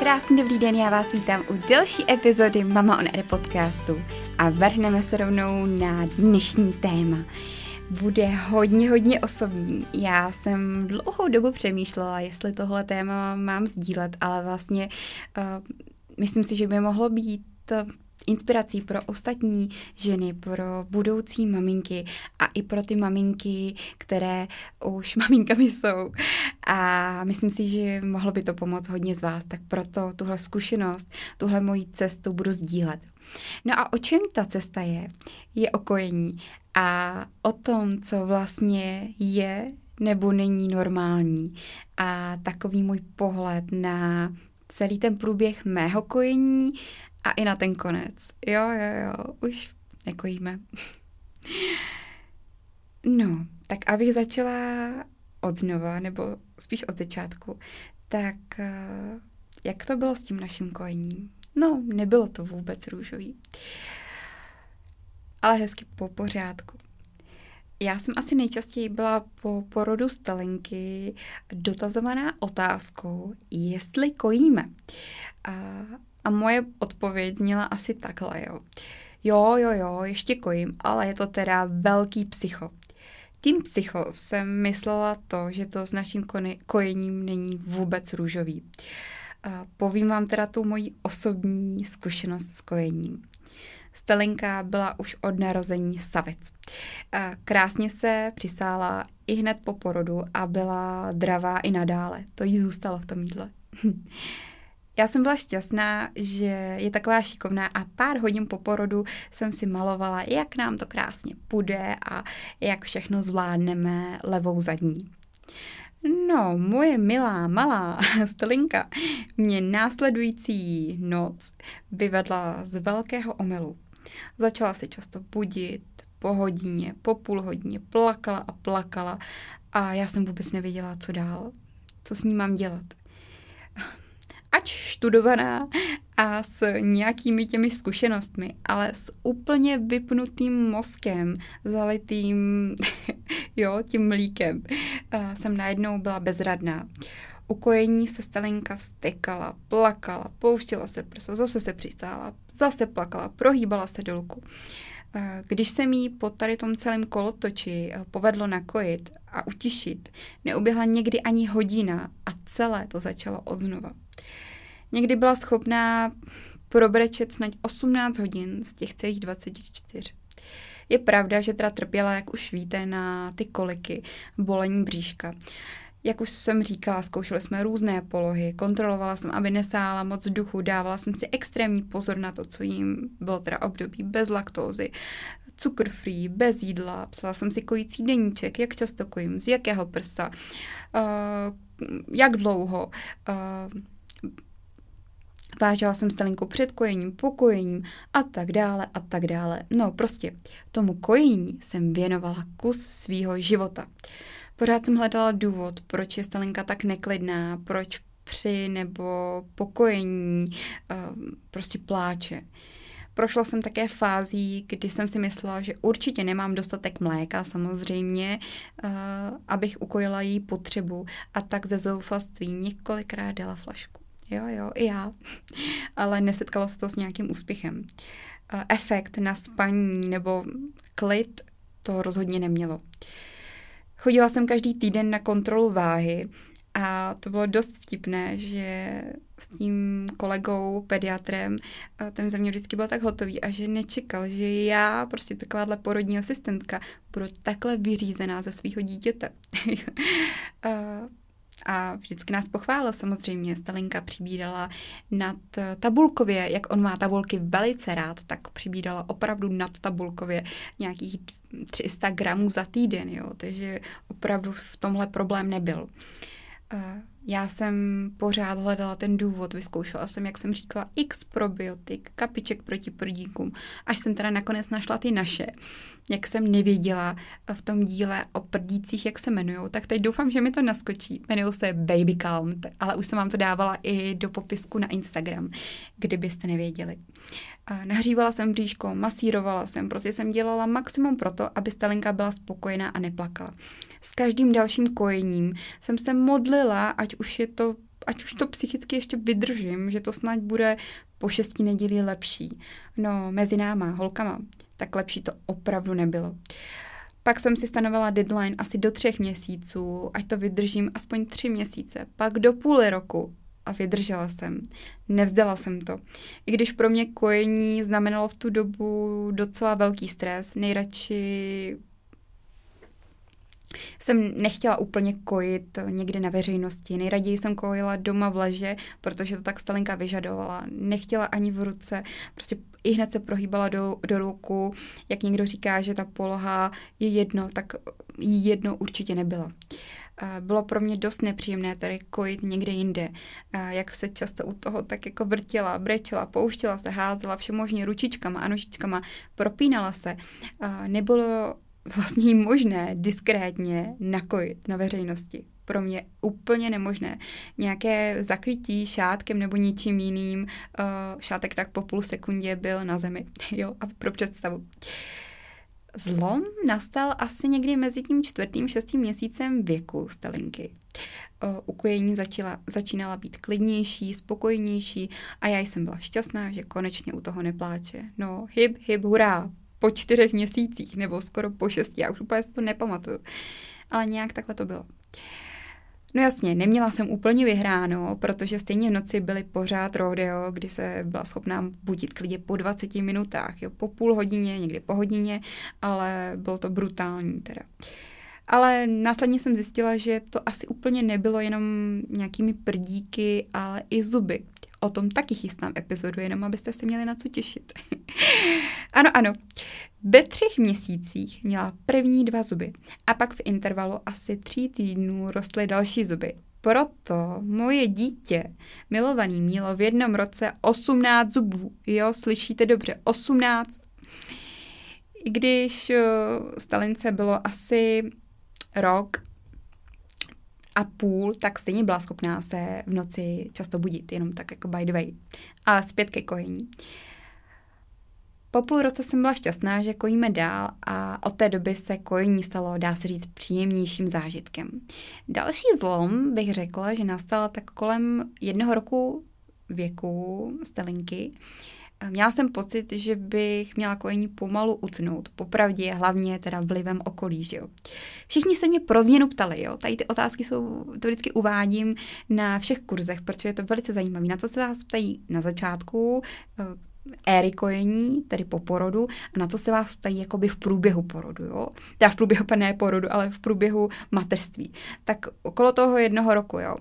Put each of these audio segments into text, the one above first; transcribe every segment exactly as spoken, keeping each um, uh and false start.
Krásný dobrý den, já vás vítám u další epizody Mama on Air podcastu a vrhneme se rovnou na dnešní téma. Bude hodně, hodně osobní. Já jsem dlouhou dobu přemýšlela, jestli tohle téma mám sdílet, ale vlastně uh, myslím si, že by mohlo být uh, inspirací pro ostatní ženy, pro budoucí maminky a i pro ty maminky, které už maminkami jsou. A myslím si, že mohlo by to pomoct hodně z vás, tak proto tuhle zkušenost, tuhle moji cestu budu sdílet. No a o čem ta cesta je? Je o kojení a o tom, co vlastně je nebo není normální. A takový můj pohled na celý ten průběh mého kojení a i na ten konec. Jo, jo, jo, už nekojíme. No, tak abych začala od znova, nebo spíš od začátku, tak jak to bylo s tím naším kojením? No, nebylo to vůbec růžový. Ale hezky po pořádku. Já jsem asi nejčastěji byla po porodu Stelinky dotazovaná otázkou, jestli kojíme. A, a moje odpověď zněla asi takhle, jo. Jo, jo, jo, ještě kojím, ale je to teda velký psycho. Tím psycho jsem myslela to, že to s naším kojením není vůbec růžový. A povím vám teda tu moji osobní zkušenost s kojením. Stelinka byla už od narození savec. A krásně se přisála i hned po porodu a byla dravá i nadále. To jí zůstalo v tom jídle. Já jsem byla šťastná, že je taková šikovná a pár hodin po porodu jsem si malovala, jak nám to krásně půjde a jak všechno zvládneme levou zadní. No, moje milá, malá Stelinka mě následující noc vyvedla z velkého omylu. Začala se často budit, po hodině, po půl hodině, plakala a plakala a já jsem vůbec nevěděla, co dál, co s ní mám dělat. Ač študovaná a s nějakými těmi zkušenostmi, ale s úplně vypnutým mozkem, zalitým jo, tím mlíkem, jsem najednou byla bezradná. U kojení se Stelinka vztekala, plakala, pouštěla se prsa, zase se přistála, zase plakala, prohýbala se dolku. Když se jí po tady tom celém kolotoči povedlo nakojit a utišit, neuběhla někdy ani hodina a celé to začalo odznova. Někdy byla schopná probrečet snad osmnáct hodin z těch celých dvacet čtyři. Je pravda, že teda trpěla, jak už víte, na ty koliky, bolení bříška. Jak už jsem říkala, zkoušeli jsme různé polohy, kontrolovala jsem, aby nesála moc vzduchu, dávala jsem si extrémní pozor na to, co jim bylo teda období bez laktózy, cukr free, bez jídla, psala jsem si kojící deníček, jak často kojím, z jakého prsa, uh, jak dlouho, uh, vážila jsem Stelinku před kojením, po kojením a tak dále a tak dále. No prostě tomu kojení jsem věnovala kus svýho života. Pořád jsem hledala důvod, proč je Stelinka tak neklidná, proč při nebo po kojení uh, prostě pláče. Prošla jsem také fází, kdy jsem si myslela, že určitě nemám dostatek mléka, samozřejmě, uh, abych ukojila její potřebu a tak ze zoufalství několikrát dala flašku. Jo, jo, i já. Ale nesetkalo se to s nějakým úspěchem. Uh, efekt na spaní nebo klid to rozhodně nemělo. Chodila jsem každý týden na kontrolu váhy a to bylo dost vtipné, že s tím kolegou, pediatrem, ten ze mě vždycky byl tak hotový a že nečekal, že já, prostě takováhle porodní asistentka, budu takhle vyřízená ze svého dítěte. A vždycky nás pochválil samozřejmě. Stelinka přibírala nad tabulkově, jak on má tabulky velice rád, tak přibírala opravdu nad tabulkově nějakých tři sta gramů za týden, jo, takže opravdu v tomhle problém nebyl. Já jsem pořád hledala ten důvod, vyzkoušela jsem, jak jsem říkala, x probiotik, kapiček proti prdíkům, až jsem teda nakonec našla ty naše. Jak jsem nevěděla v tom díle o prdících, jak se jmenujou, tak teď doufám, že mi to naskočí. Jmenujou se Baby Calm, ale už jsem vám to dávala i do popisku na Instagram, kdybyste nevěděli. Nahřívala jsem bříško, masírovala jsem, prostě jsem dělala maximum pro to, aby Stelinka byla spokojená a neplakala. S každým dalším kojením jsem se modlila, ať už je to ať už to psychicky ještě vydržím, že to snad bude po šesti nedělí lepší. No, mezi náma, holkama, tak lepší to opravdu nebylo. Pak jsem si stanovila deadline asi do třech měsíců, ať to vydržím aspoň tři měsíce, pak do půl roku a vydržela jsem. Nevzdala jsem to. I když pro mě kojení znamenalo v tu dobu docela velký stres, nejradši jsem nechtěla úplně kojit někde na veřejnosti. Nejraději jsem kojila doma v leže, protože to tak Stalinka vyžadovala. Nechtěla ani v ruce, prostě i hned se prohýbala do, do ruku. Jak někdo říká, že ta poloha je jedno, tak jí jedno určitě nebyla. Bylo pro mě dost nepříjemné tady kojit někde jinde. Jak se často u toho tak jako vrtěla, brečela, pouštěla se, házela všemožně ručičkama a nožičkama, propínala se. Nebylo vlastně možné diskrétně nakojit na veřejnosti. Pro mě úplně nemožné. Nějaké zakrytí šátkem nebo něčím jiným, šátek tak po půl sekundě byl na zemi. Jo, a pro představu. Zlom nastal asi někdy mezi tím čtvrtým, šestým měsícem věku Stalinky. Ukojení začala, začínala být klidnější, spokojnější a já jsem byla šťastná, že konečně u toho nepláče. No, hip, hip, hurá, po čtyřech měsících, nebo skoro po šesti, já už úplně si to nepamatuju. Ale nějak takhle to bylo. No jasně, neměla jsem úplně vyhráno, protože stejně v noci byly pořád rodeo, kdy se byla schopná budit klidně po dvaceti minutách, jo, po půl hodině, někdy po hodině, ale bylo to brutální teda. Ale následně jsem zjistila, že to asi úplně nebylo jenom nějakými prdíky, ale i zuby. O tom taky chystám epizodu, jenom abyste se měli na co těšit. Ano, ano. Ve třech měsících měla první dva zuby a pak v intervalu asi tří týdnů rostly další zuby. Proto moje dítě, milovaný, mělo v jednom roce osmnáct zubů. Jo, slyšíte dobře, osmnáct. I když uh, Stalince bylo asi rok a půl, tak stejně byla schopná se v noci často budit, jenom tak jako by the way. A zpět ke kojení. Po půl roce jsem byla šťastná, že kojíme dál a od té doby se kojení stalo, dá se říct, příjemnějším zážitkem. Další zlom bych řekla, že nastal tak kolem jednoho roku věku Stalinky. Měla jsem pocit, že bych měla kojení pomalu utnout. Popravdě, hlavně teda vlivem okolí, že jo. Všichni se mě pro změnu ptali, jo. Tady ty otázky jsou, to vždycky uvádím na všech kurzech, protože je to velice zajímavé. Na co se vás ptají na začátku éry kojení, tedy po porodu, a na co se vás ptají jakoby v průběhu porodu, jo. Teda v průběhu, ne porodu, ale v průběhu mateřství. Tak okolo toho jednoho roku, jo.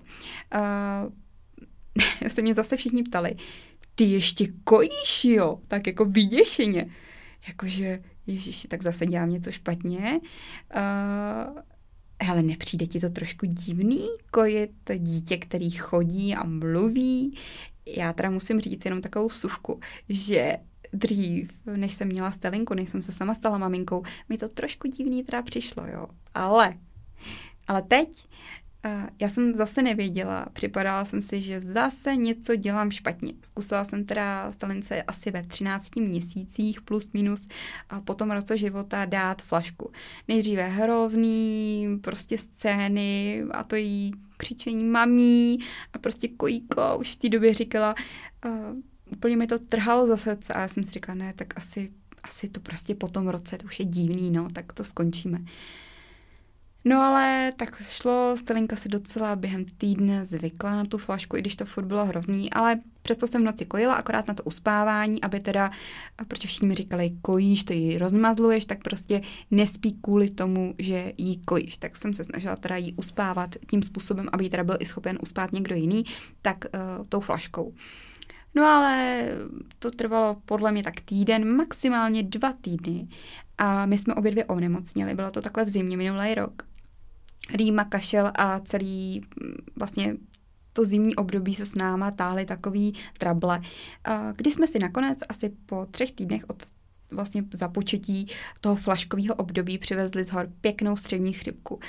Uh, se mě zase všichni ptali, ty ještě kojíš, jo? Tak jako vyděšeně. Jakože, ježiši, tak zase dělám něco špatně. Uh, hele, nepřijde ti to trošku divný kojit dítě, který chodí a mluví? Já teda musím říct jenom takovou vsuvku, že dřív, než jsem měla Stelinku, než jsem se sama stala maminkou, mi to trošku divný teda přišlo, jo. Ale, ale teď Uh, já jsem zase nevěděla, připadala jsem si, že zase něco dělám špatně. Zkusila jsem teda Stalince asi ve třinácti měsících plus minus a po tom roce života dát flašku. Nejdříve hrozný prostě scény a to jí křičení mamí a prostě kojíko už v té době říkala, uh, úplně mi to trhalo za srdce a já jsem si říkala, ne, tak asi, asi to prostě po tom roce, to už je divný, no, tak to skončíme. No ale tak šlo, Stalinka se docela během týdne zvykla na tu flašku, i když to furt bylo hrozný, ale přesto jsem v noci kojila, akorát na to uspávání, aby teda, protože všichni mi říkali, kojíš, to ji rozmazluješ, tak prostě nespí kvůli tomu, že jí kojíš. Tak jsem se snažila teda jí uspávat tím způsobem, aby jí teda byl i schopen uspát někdo jiný, tak uh, tou flaškou. No ale to trvalo podle mě tak týden, maximálně dva týdny a my jsme obě dvě onemocněli, bylo to takhle v zimě minulý rok. Rýma, kašel a celý vlastně to zimní období se s náma táhly takový trable, kdy jsme si nakonec asi po třech týdnech od vlastně započetí toho flaškového období přivezli z hor pěknou střevní chřipku.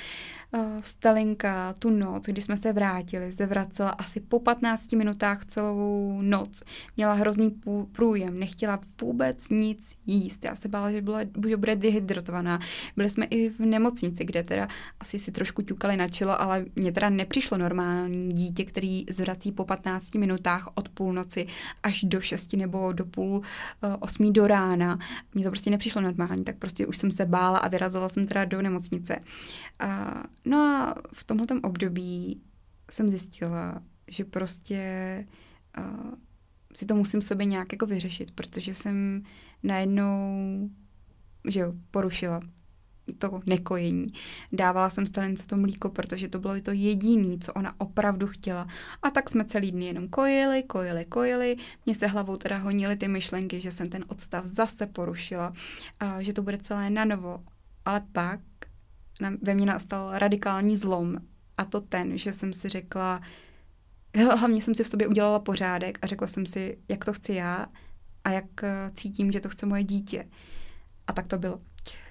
Stelinka tu noc, kdy jsme se vrátili, zvracela asi po patnácti minutách celou noc. Měla hrozný průjem, nechtěla vůbec nic jíst. Já se bála, že byla, že bude dehydratovaná. Byli jsme i v nemocnici, kde teda asi si trošku ťukali na čelo, ale mně teda nepřišlo normální dítě, který zvrací po patnácti minutách od půlnoci až do šesti nebo do půl osmí do rána. Mně to prostě nepřišlo normální, tak prostě už jsem se bála a vyrazila jsem teda do nemocnice. A, no a v tomhletom období jsem zjistila, že prostě uh, si to musím sobě nějak jako vyřešit, protože jsem najednou, že jo, porušila to nekojení. Dávala jsem Stelince to mlíko, protože to bylo to jediné, co ona opravdu chtěla. A tak jsme celý den jenom kojili, kojili, kojili. Mně se hlavou teda honily ty myšlenky, že jsem ten odstav zase porušila, a že to bude celé na novo. Ale pak ve mně nastal radikální zlom. A to ten, že jsem si řekla, hlavně jsem si v sobě udělala pořádek a řekla jsem si, jak to chci já a jak cítím, že to chce moje dítě. A tak to bylo.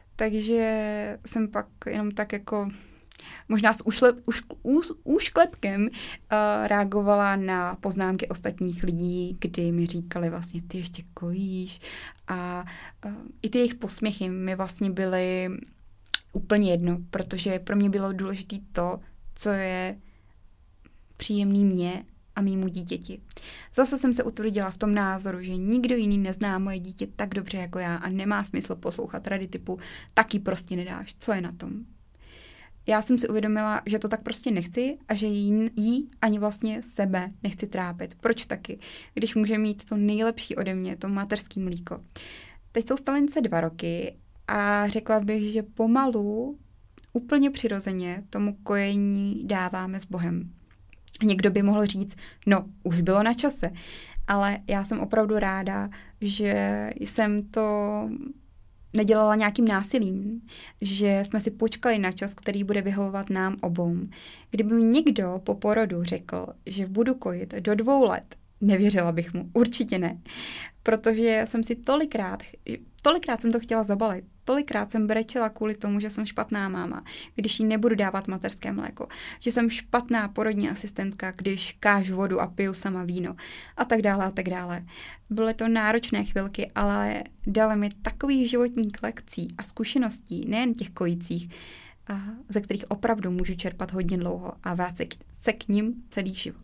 Takže jsem pak jenom tak jako možná s úšlep, už, už, úšklepkem uh, reagovala na poznámky ostatních lidí, kdy mi říkali vlastně, ty ještě kojíš. A uh, i ty jejich posměchy mi vlastně byly úplně jedno, protože pro mě bylo důležité to, co je příjemný mně a mýmu dítěti. Zase jsem se utvrdila v tom názoru, že nikdo jiný nezná moje dítě tak dobře jako já a nemá smysl poslouchat rady typu taky prostě nedáš, co je na tom. Já jsem si uvědomila, že to tak prostě nechci a že jí, jí ani vlastně sebe nechci trápit. Proč taky? Když může mít to nejlepší ode mě, to mateřský mlíko. Teď jsou Stelince dva roky a řekla bych, že pomalu, úplně přirozeně tomu kojení dáváme s Bohem. Někdo by mohl říct, no, už bylo na čase, ale já jsem opravdu ráda, že jsem to nedělala nějakým násilím, že jsme si počkali na čas, který bude vyhovovat nám obou. Kdyby mi někdo po porodu řekl, že budu kojit do dvou let, nevěřila bych mu, určitě ne, protože jsem si tolikrát, tolikrát jsem to chtěla zabalit, tolikrát jsem brečela kvůli tomu, že jsem špatná máma, když jí nebudu dávat mateřské mléko, že jsem špatná porodní asistentka, když kážu vodu a piju sama víno a tak dále a tak dále. Byly to náročné chvilky, ale dali mi takových životních lekcí a zkušeností, nejen těch kojících, ze kterých opravdu můžu čerpat hodně dlouho a vracet se k nim celý život.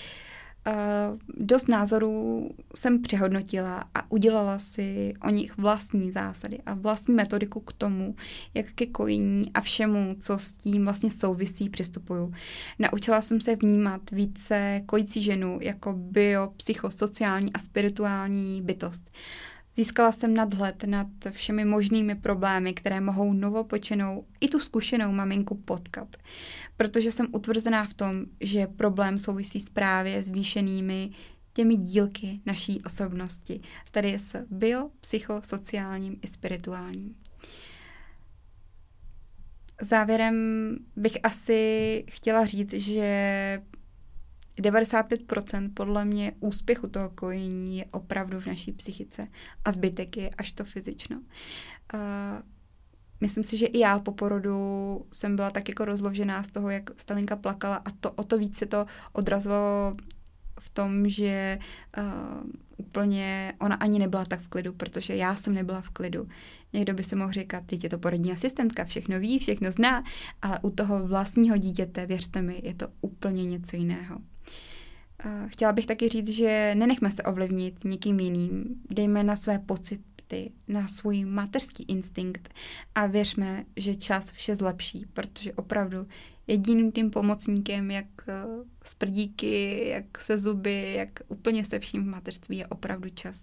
Uh, dost názorů jsem přehodnotila a udělala si o nich vlastní zásady a vlastní metodiku k tomu, jak ke kojení a všemu, co s tím vlastně souvisí, přistupuju. Naučila jsem se vnímat více kojící ženu jako bio, psychosociální a spirituální bytost. Získala jsem nadhled nad všemi možnými problémy, které mohou novopočenou i tu zkušenou maminku potkat. Protože jsem utvrzená v tom, že problém souvisí s právě zvýšenými těmi dílky naší osobnosti, tedy s bio, psychosociálním i spirituálním. Závěrem bych asi chtěla říct, že devadesát pět procent podle mě úspěchu toho kojení je opravdu v naší psychice a zbytek je až to fyzično. Uh, myslím si, že i já po porodu jsem byla tak jako rozložená z toho, jak Stelinka plakala a to o to víc se to odrazilo v tom, že uh, úplně ona ani nebyla tak v klidu, protože já jsem nebyla v klidu. Někdo by se mohl říkat, teď je to porodní asistentka, všechno ví, všechno zná, ale u toho vlastního dítěte, věřte mi, je to úplně něco jiného. Chtěla bych taky říct, že nenechme se ovlivnit někým jiným, dejme na své pocity, na svůj mateřský instinkt a věřme, že čas vše zlepší, protože opravdu jediným tím pomocníkem, jak s prdíky, jak se zuby, jak úplně se vším v mateřství je opravdu čas.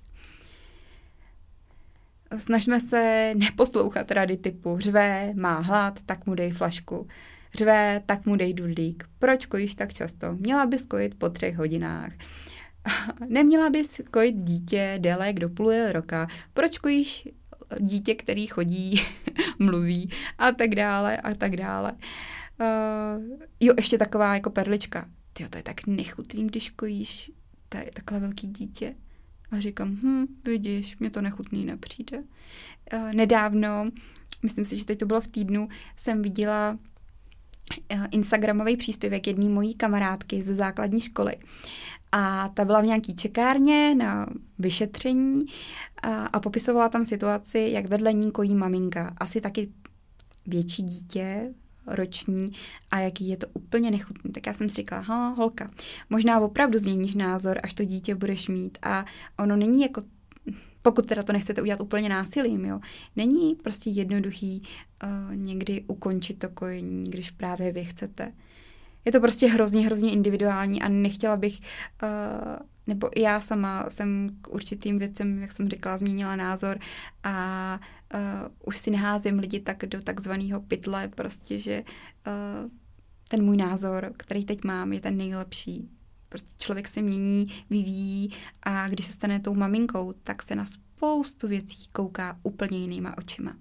Snažme se neposlouchat rady typu řve, má hlad, tak mu dej flašku. Řve, tak mu dej dudlík. Proč kojíš tak často? Měla bys kojit po třech hodinách. Neměla bys kojit dítě déle jak do půl roka. Proč kojíš dítě, který chodí, mluví a tak dále a tak dále. Uh, jo, ještě taková jako perlička. Tyjo, to je tak nechutný, když kojíš tady takhle velký dítě. A říkám, hm, vidíš, mě to nechutný nepřijde. Uh, nedávno, myslím si, že teď to bylo v týdnu, jsem viděla instagramový příspěvek jedné mojí kamarádky ze základní školy. A ta byla v nějaký čekárně na vyšetření a, a popisovala tam situaci, jak vedle ní kojí maminka. Asi taky větší dítě, roční, a jaký je to úplně nechutný. Tak já jsem si říkala, ha, holka, možná opravdu změníš názor, až to dítě budeš mít. A ono není jako, pokud teda to nechcete udělat úplně násilím, jo, není prostě jednoduchý uh, někdy ukončit to kojení, když právě vy chcete. Je to prostě hrozně, hrozně individuální a nechtěla bych, uh, nebo já sama jsem k určitým věcem, jak jsem říkala, změnila názor a uh, už si neházím lidi tak do takzvaného pytle, prostě, že uh, ten můj názor, který teď mám, je ten nejlepší. Prostě člověk se mění, vyvíjí a když se stane tou maminkou, tak se na spoustu věcí kouká úplně jinýma očima.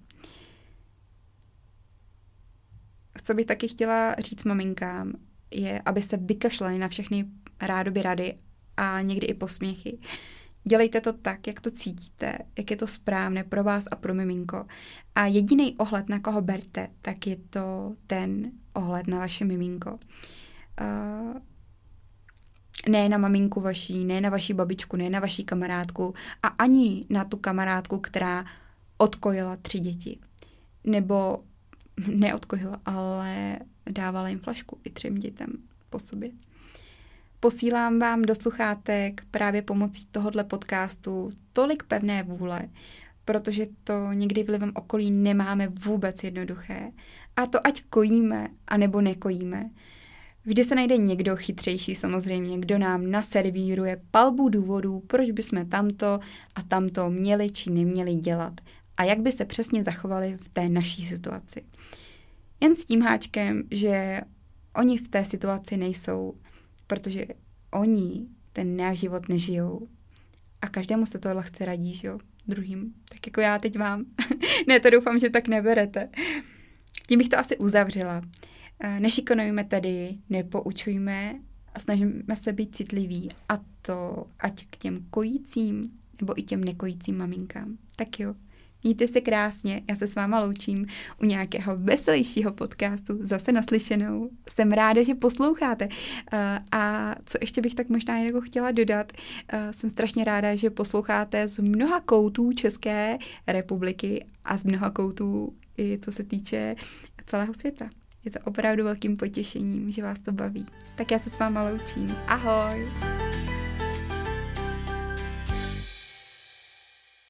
Co bych taky chtěla říct maminkám, je, aby se vykašlali na všechny rádoby rady a někdy i posměchy. Dělejte to tak, jak to cítíte, jak je to správné pro vás a pro miminko. A jediný ohled, na koho berte, tak je to ten ohled na vaše miminko. Uh, ne na maminku vaší, ne na vaši babičku, ne na vaši kamarádku a ani na tu kamarádku, která odkojila tři děti. Nebo neodkojila, ale dávala jim flašku i třem dětem po sobě. Posílám vám do sluchátek právě pomocí tohohle podcastu tolik pevné vůle, protože to někdy vlivem okolí nemáme vůbec jednoduché. A to ať kojíme, anebo nekojíme. Vždy se najde někdo chytřejší samozřejmě, kdo nám naservíruje palbu důvodů, proč bychom tamto a tamto měli či neměli dělat a jak by se přesně zachovali v té naší situaci. Jen s tím háčkem, že oni v té situaci nejsou, protože oni ten náš život nežijou. A každému se to lehce radí, že jo, druhým. Tak jako já teď vám. Ne, to doufám, že tak neberete. Tím bych to asi uzavřela. Nešikanujme tedy, nepoučujme a snažíme se být citliví. A to ať k těm kojícím, nebo i těm nekojícím maminkám. Tak jo. Mějte se krásně, já se s váma loučím u nějakého veselějšího podcastu, zase naslyšenou. Jsem ráda, že posloucháte. A co ještě bych tak možná jako chtěla dodat, jsem strašně ráda, že posloucháte z mnoha koutů České republiky a z mnoha koutů i co se týče celého světa. Je to opravdu velkým potěšením, že vás to baví. Tak já se s váma loučím. Ahoj!